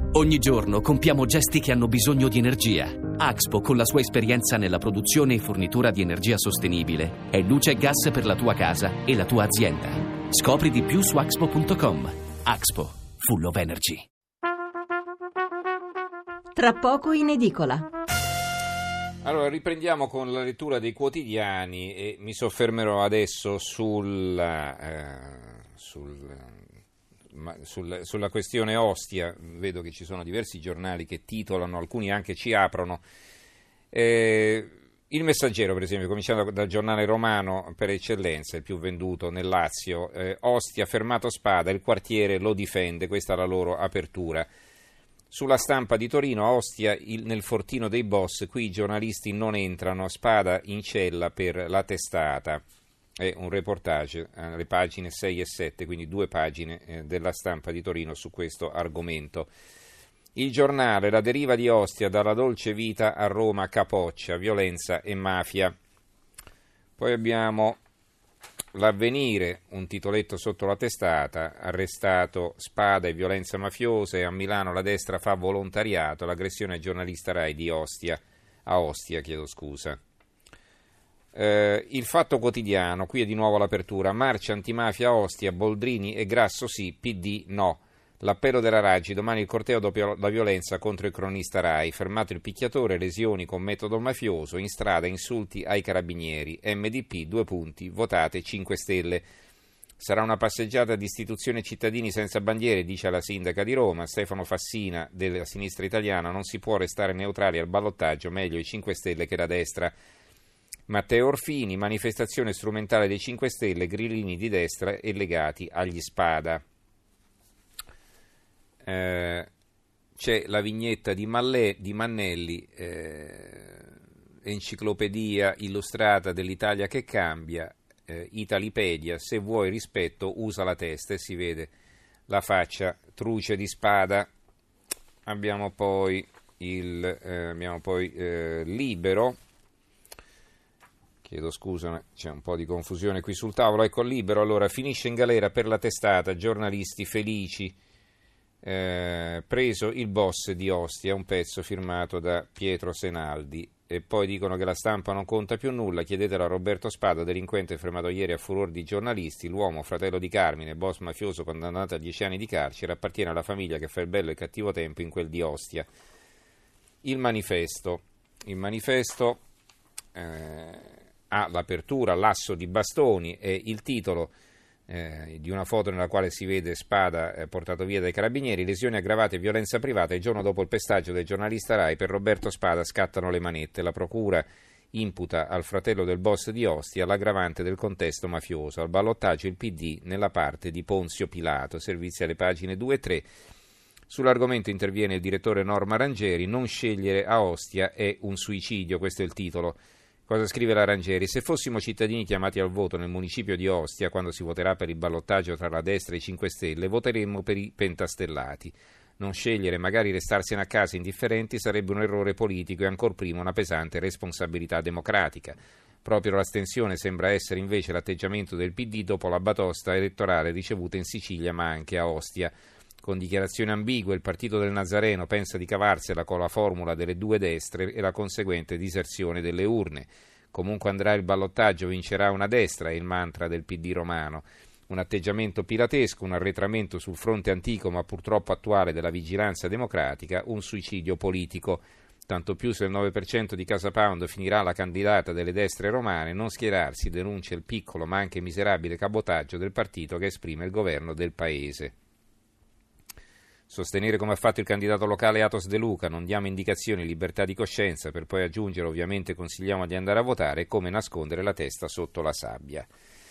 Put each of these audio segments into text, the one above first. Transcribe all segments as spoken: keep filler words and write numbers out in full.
Ogni giorno compiamo gesti che hanno bisogno di energia. Axpo, con la sua esperienza nella produzione e fornitura di energia sostenibile, è luce e gas per la tua casa e la tua azienda. Scopri di più su axpo punto com. Axpo, full of energy. Tra poco in edicola. Allora, riprendiamo con la lettura dei quotidiani e mi soffermerò adesso sulla, eh, sul, ma, sul, sulla questione Ostia. Vedo che ci sono diversi giornali che titolano, alcuni anche ci aprono. Eh, il Messaggero, per esempio, cominciando dal giornale romano per eccellenza, il più venduto nel Lazio, eh, Ostia fermato Spada, il quartiere lo difende, questa è la loro apertura. Sulla Stampa di Torino, a Ostia, il, nel fortino dei boss, qui i giornalisti non entrano, Spada in cella per la testata. È un reportage alle pagine sei e sette, quindi due pagine eh, della Stampa di Torino su questo argomento. Il Giornale, la deriva di Ostia dalla dolce vita a Roma, capoccia, violenza e mafia. Poi abbiamo L'Avvenire, un titoletto sotto la testata, arrestato Spada e violenza mafiosa, e a Milano la destra fa volontariato, l'aggressione al giornalista Rai di Ostia, a Ostia, chiedo scusa. Eh, il Fatto Quotidiano, qui è di nuovo l'apertura, marcia antimafia a Ostia, Boldrini e Grasso sì, P D no. L'appello della Raggi, domani il corteo dopo la violenza contro il cronista Rai, fermato il picchiatore, lesioni con metodo mafioso, in strada insulti ai carabinieri, M D P, due punti, votate cinque Stelle. Sarà una passeggiata di istituzioni e cittadini senza bandiere, dice la sindaca di Roma, Stefano Fassina della sinistra italiana, non si può restare neutrali al ballottaggio, meglio i cinque Stelle che la destra. Matteo Orfini, manifestazione strumentale dei cinque Stelle, grillini di destra e legati agli Spada. Eh, c'è la vignetta di, Malle, di Mannelli, eh, enciclopedia illustrata dell'Italia che cambia, eh, Italipedia, se vuoi rispetto usa la testa, e si vede la faccia truce di Spada. Abbiamo poi il eh, abbiamo poi eh, Libero. Chiedo scusa, c'è un po' di confusione qui sul tavolo. Ecco, Libero, allora, finisce in galera per la testata, giornalisti felici. Eh, preso il boss di Ostia, un pezzo firmato da Pietro Senaldi. E poi dicono che la stampa non conta più nulla, chiedetelo a Roberto Spada, delinquente fermato ieri a furor di giornalisti. L'uomo, fratello di Carmine, boss mafioso condannato a dieci anni di carcere, appartiene alla famiglia che fa il bello e il cattivo tempo in quel di Ostia. Il manifesto il manifesto eh, ha l'apertura, l'asso di bastoni, e il titolo Eh, di una foto nella quale si vede Spada eh, portato via dai carabinieri, lesioni aggravate e violenza privata. Il giorno dopo il pestaggio del giornalista Rai, per Roberto Spada scattano le manette. La procura imputa al fratello del boss di Ostia l'aggravante del contesto mafioso. Al ballottaggio il P D nella parte di Ponzio Pilato. Servizi alle pagine due e tre. Sull'argomento interviene il direttore Norma Rangeri. Non scegliere a Ostia è un suicidio, questo è il titolo. Cosa scrive la Rangeri? Se fossimo cittadini chiamati al voto nel municipio di Ostia, quando si voterà per il ballottaggio tra la destra e i cinque Stelle, voteremmo per i pentastellati. Non scegliere, magari restarsene a casa indifferenti, sarebbe un errore politico e ancor prima una pesante responsabilità democratica. Proprio l'astensione sembra essere invece l'atteggiamento del P D dopo la batosta elettorale ricevuta in Sicilia ma anche a Ostia. Con dichiarazioni ambigue, il partito del Nazareno pensa di cavarsela con la formula delle due destre e la conseguente diserzione delle urne. Comunque andrà il ballottaggio, vincerà una destra, è il mantra del P D romano. Un atteggiamento pilatesco, un arretramento sul fronte antico ma purtroppo attuale della vigilanza democratica, un suicidio politico. Tanto più se il nove per cento di Casa Pound finirà la candidata delle destre romane, non schierarsi denuncia il piccolo ma anche miserabile cabotaggio del partito che esprime il governo del paese. Sostenere come ha fatto il candidato locale Atos De Luca, non diamo indicazioni, libertà di coscienza, per poi aggiungere ovviamente consigliamo di andare a votare, come nascondere la testa sotto la sabbia.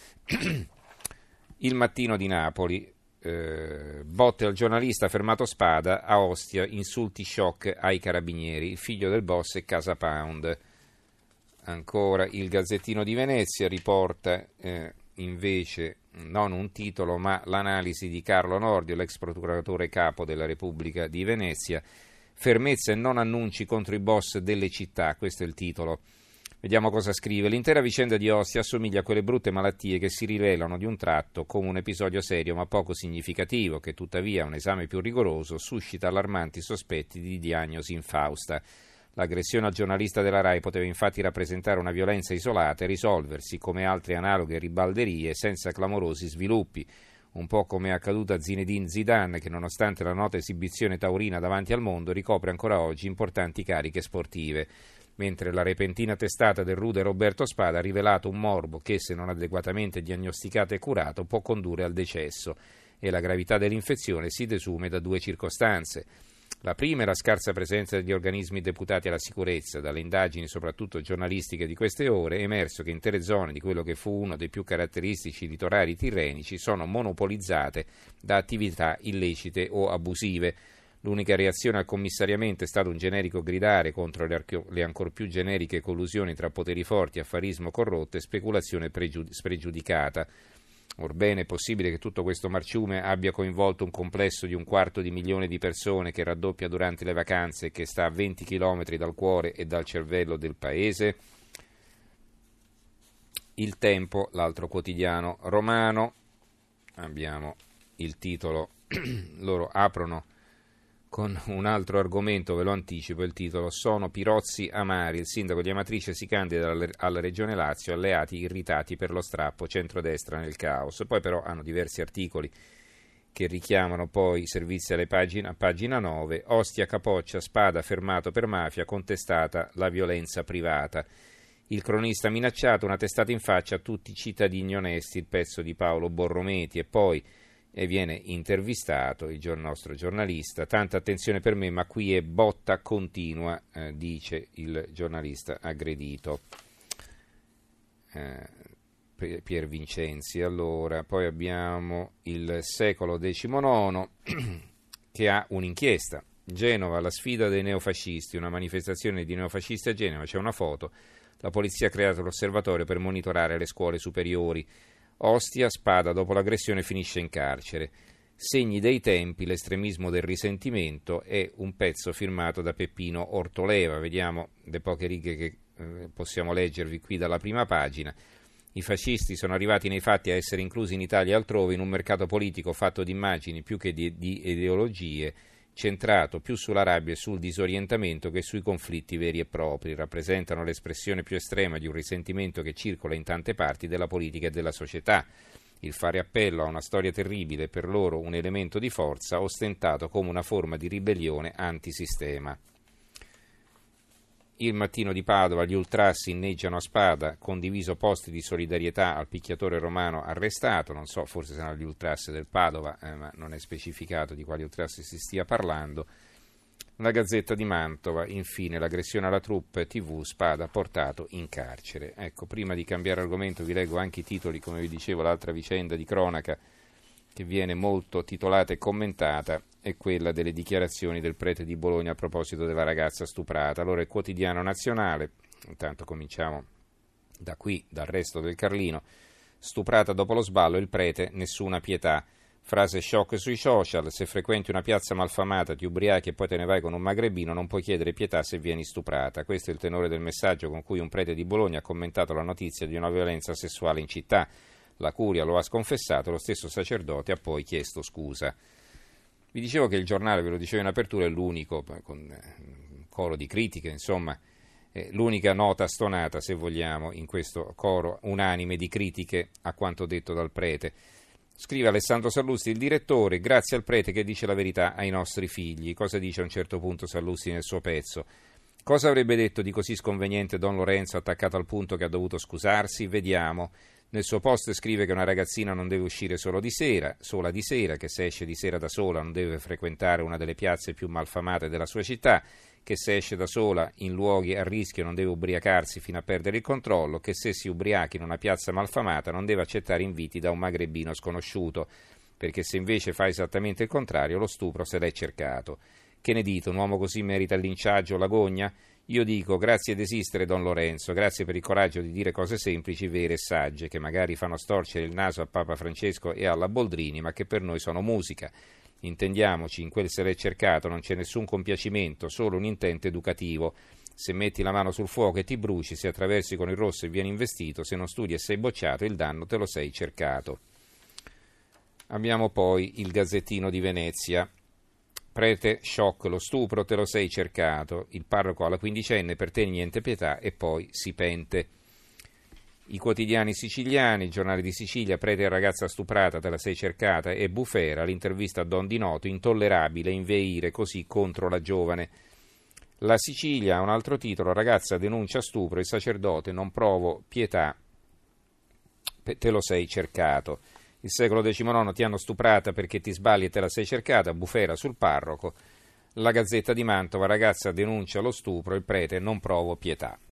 Il Mattino di Napoli, eh, botte al giornalista fermato Spada, a Ostia, insulti shock ai carabinieri, il figlio del boss è Casa Pound. Ancora il Gazzettino di Venezia riporta eh, invece non un titolo ma l'analisi di Carlo Nordio, l'ex procuratore capo della Repubblica di Venezia. Fermezza e non annunci contro i boss delle città, questo è il titolo. Vediamo cosa scrive. L'intera vicenda di Ostia assomiglia a quelle brutte malattie che si rivelano di un tratto come un episodio serio ma poco significativo, che tuttavia un esame più rigoroso suscita allarmanti sospetti di diagnosi infausta. L'aggressione al giornalista della RAI poteva infatti rappresentare una violenza isolata e risolversi, come altre analoghe ribalderie, senza clamorosi sviluppi. Un po' come è accaduto a Zinedine Zidane, che nonostante la nota esibizione taurina davanti al mondo ricopre ancora oggi importanti cariche sportive. Mentre la repentina testata del rude Roberto Spada ha rivelato un morbo che, se non adeguatamente diagnosticato e curato, può condurre al decesso, e la gravità dell'infezione si desume da due circostanze. La prima è la scarsa presenza degli organismi deputati alla sicurezza. Dalle indagini, soprattutto giornalistiche di queste ore, è emerso che intere zone di quello che fu uno dei più caratteristici litorali tirrenici sono monopolizzate da attività illecite o abusive. L'unica reazione al commissariamento è stato un generico gridare contro le, archeo- le ancor più generiche collusioni tra poteri forti, affarismo corrotto e speculazione pregiud- spregiudicata. Orbene, è possibile che tutto questo marciume abbia coinvolto un complesso di un quarto di milione di persone, che raddoppia durante le vacanze e che sta a venti chilometri dal cuore e dal cervello del paese? Il Tempo, l'altro quotidiano romano, abbiamo il titolo, loro aprono con un altro argomento, ve lo anticipo, il titolo: sono Pirozzi amari, il sindaco di Amatrice si candida alla Regione Lazio, alleati irritati per lo strappo, centrodestra nel caos. Poi però hanno diversi articoli che richiamano poi i servizi alle pagine, a pagina nove. Ostia Capoccia, Spada fermato per mafia, contestata la violenza privata. Il cronista minacciato, una testata in faccia a tutti i cittadini onesti, il pezzo di Paolo Borrometi. E poi e viene intervistato il nostro giornalista. Tanta attenzione per me, ma qui è botta continua, eh, dice il giornalista aggredito, eh, Pier Vincenzi. Allora, poi abbiamo il Secolo diciannove che ha un'inchiesta. Genova, la sfida dei neofascisti, una manifestazione di neofascisti a Genova, c'è una foto. La polizia ha creato l'osservatorio per monitorare le scuole superiori. Ostia, Spada dopo l'aggressione finisce in carcere. Segni dei tempi, l'estremismo del risentimento, è un pezzo firmato da Peppino Ortoleva. Vediamo le poche righe che eh, possiamo leggervi qui dalla prima pagina. I fascisti sono arrivati nei fatti a essere inclusi in Italia e altrove in un mercato politico fatto di immagini più che di, di ideologie, centrato più sulla rabbia e sul disorientamento che sui conflitti veri e propri. Rappresentano l'espressione più estrema di un risentimento che circola in tante parti della politica e della società. Il fare appello a una storia terribile è per loro un elemento di forza, ostentato come una forma di ribellione antisistema. Il Mattino di Padova, gli ultras inneggiano a Spada, condiviso posti di solidarietà al picchiatore romano arrestato. Non so, forse saranno gli ultras del Padova, eh, ma non è specificato di quali ultras si stia parlando. La Gazzetta di Mantova, infine, l'aggressione alla troupe tivù, Spada portato in carcere. Ecco, prima di cambiare argomento vi leggo anche i titoli, come vi dicevo, l'altra vicenda di cronaca che viene molto titolata e commentata è quella delle dichiarazioni del prete di Bologna a proposito della ragazza stuprata. Allora il Quotidiano Nazionale, intanto cominciamo da qui, dal Resto del Carlino: stuprata dopo lo sballo, il prete, nessuna pietà. Frase shock sui social: se frequenti una piazza malfamata, ti ubriachi e poi te ne vai con un magrebino, non puoi chiedere pietà se vieni stuprata. Questo è il tenore del messaggio con cui un prete di Bologna ha commentato la notizia di una violenza sessuale in città. La curia lo ha sconfessato, lo stesso sacerdote ha poi chiesto scusa. Vi dicevo che il giornale, ve lo dicevo in apertura, è l'unico, con un coro di critiche, insomma, è l'unica nota stonata, se vogliamo, in questo coro unanime di critiche a quanto detto dal prete. Scrive Alessandro Sallusti, il direttore: grazie al prete che dice la verità ai nostri figli. Cosa dice a un certo punto Sallusti nel suo pezzo? Cosa avrebbe detto di così sconveniente Don Lorenzo, attaccato al punto che ha dovuto scusarsi? Vediamo. Nel suo post scrive che una ragazzina non deve uscire solo di sera, sola di sera, che se esce di sera da sola non deve frequentare una delle piazze più malfamate della sua città, che se esce da sola in luoghi a rischio non deve ubriacarsi fino a perdere il controllo, che se si ubriaca in una piazza malfamata non deve accettare inviti da un magrebino sconosciuto, perché se invece fa esattamente il contrario, lo stupro se l'è cercato. Che ne dite, un uomo così merita il linciaggio o la gogna? Io dico grazie ad esistere Don Lorenzo, grazie per il coraggio di dire cose semplici, vere e sagge, che magari fanno storcere il naso a Papa Francesco e alla Boldrini, ma che per noi sono musica. Intendiamoci, in quel se l'è cercato non c'è nessun compiacimento, solo un intento educativo. Se metti la mano sul fuoco e ti bruci, se attraversi con il rosso e vieni investito, se non studi e sei bocciato, il danno te lo sei cercato. Abbiamo poi il Gazzettino di Venezia. Prete, shock, lo stupro, te lo sei cercato. Il parroco alla quindicenne, per te niente pietà, e poi si pente. I quotidiani siciliani, il giornale di Sicilia, prete e ragazza stuprata, te la sei cercata, e bufera, l'intervista a Don Di Noto, intollerabile inveire così contro la giovane. La Sicilia ha un altro titolo, ragazza denuncia stupro, il sacerdote, non provo pietà, te lo sei cercato. Il secolo diciannove, ti hanno stuprata perché ti sbagli e te la sei cercata, bufera sul parroco. La Gazzetta di Mantova, ragazza denuncia lo stupro, il prete, non provo pietà.